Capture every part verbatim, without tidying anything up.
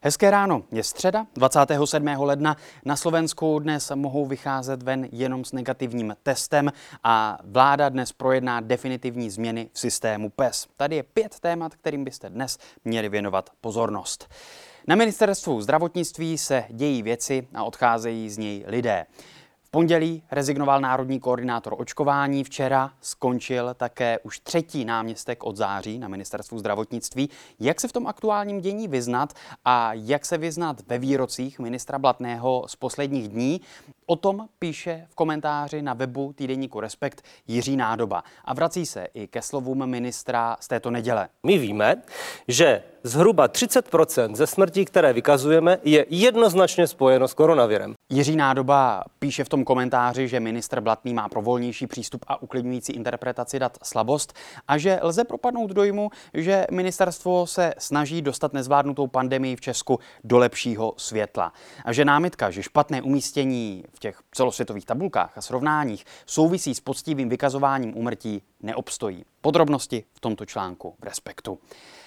Hezké ráno, je středa, dvacátého sedmého ledna. Na Slovensku dnes mohou vycházet ven jenom s negativním testem a vláda dnes projedná definitivní změny v systému P E S. Tady je pět témat, kterým byste dnes měli věnovat pozornost. Na ministerstvu zdravotnictví se dějí věci a odcházejí z něj lidé. V pondělí rezignoval národní koordinátor očkování, včera skončil také už třetí náměstek od září na ministerstvu zdravotnictví. Jak se v tom aktuálním dění vyznat a jak se vyznat ve výrocích ministra Blatného z posledních dní? O tom píše v komentáři na webu týdeníku Respekt Jiří Nádoba a vrací se i ke slovům ministra z této neděle. My víme, že zhruba třicet procent ze smrtí, které vykazujeme, je jednoznačně spojeno s koronavirem. Jiří Nádoba píše v tom komentáři, že ministr Blatný má pro volnější přístup a uklidňující interpretaci dat slabost a že lze propadnout dojmu, že ministerstvo se snaží dostat nezvládnutou pandemii v Česku do lepšího světla. A že námitka, že špatné umístění v těch celosvětových tabulkách a srovnáních souvisí s poctivým vykazováním úmrtí, neobstojí. Podrobnosti v tomto článku v Respektu.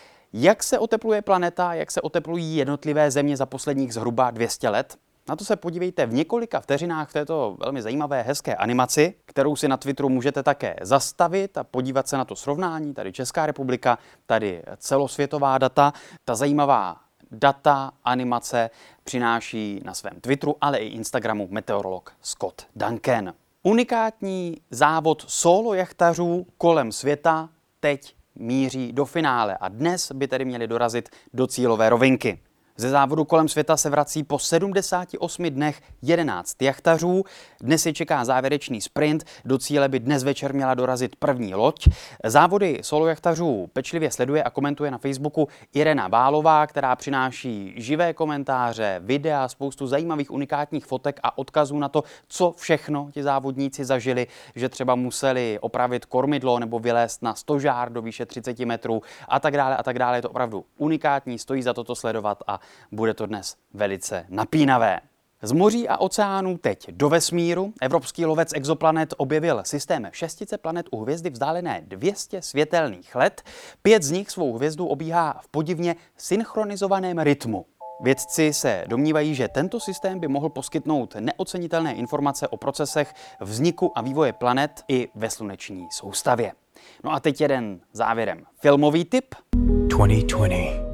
Jak se otepluje planeta, jak se oteplují jednotlivé země za posledních zhruba dvě stě let? Na to se podívejte v několika vteřinách v této velmi zajímavé, hezké animaci, kterou si na Twitteru můžete také zastavit a podívat se na to srovnání. Tady Česká republika, tady celosvětová data. Ta zajímavá data, animace přináší na svém Twitteru, ale i Instagramu meteorolog Scott Duncan. Unikátní závod solo jachtařů kolem světa teď míří do finále a dnes by tedy měli dorazit do cílové rovinky. Ze závodu kolem světa se vrací po sedmdesáti osmi dnech jedenáct jachtařů. Dnes je čeká závěrečný sprint, do cíle by dnes večer měla dorazit první loď. Závody solo jachtařů pečlivě sleduje a komentuje na Facebooku Irena Bálová, která přináší živé komentáře, videa, spoustu zajímavých unikátních fotek a odkazů na to, co všechno ti závodníci zažili, že třeba museli opravit kormidlo nebo vylézt na stožár do výše třicet metrů a tak dále a tak dále. Je to opravdu unikátní, stojí za to sledovat a bude to dnes velice napínavé. Z moří a oceánů teď do vesmíru. Evropský lovec Exoplanet objevil systém šestice planet u hvězdy vzdálené dvě stě světelných let. Pět z nich svou hvězdu obíhá v podivně synchronizovaném rytmu. Vědci se domnívají, že tento systém by mohl poskytnout neocenitelné informace o procesech vzniku a vývoje planet i ve sluneční soustavě. No a teď jeden závěrem filmový tip. dvacet dvacet.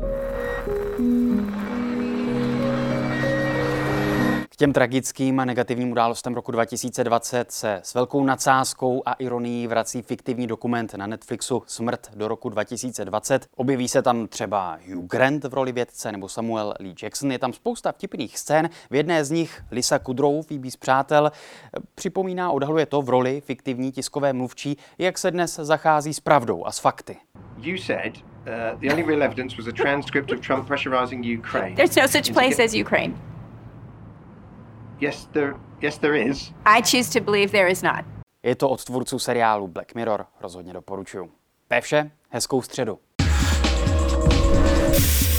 K těm tragickým a negativním událostem roku dva tisíce dvacet se s velkou nadsázkou a ironií vrací fiktivní dokument na Netflixu Smrt do roku dva tisíce dvacet. Objeví se tam třeba Hugh Grant v roli vědce nebo Samuel L. Jackson. Je tam spousta vtipných scén. V jedné z nich Lisa Kudrow, Phoebe z Přátel, připomíná, odhaluje to v roli fiktivní tiskové mluvčí, jak se dnes zachází s pravdou a s fakty. You said uh, the only real evidence was a transcript of Trump pressurizing Ukraine. There's no such place as Ukraine. Yes, there, yes, there is. I choose to believe there is not. Je to od tvůrců seriálu Black Mirror, rozhodně doporučuju. To je vše, hezkou středu.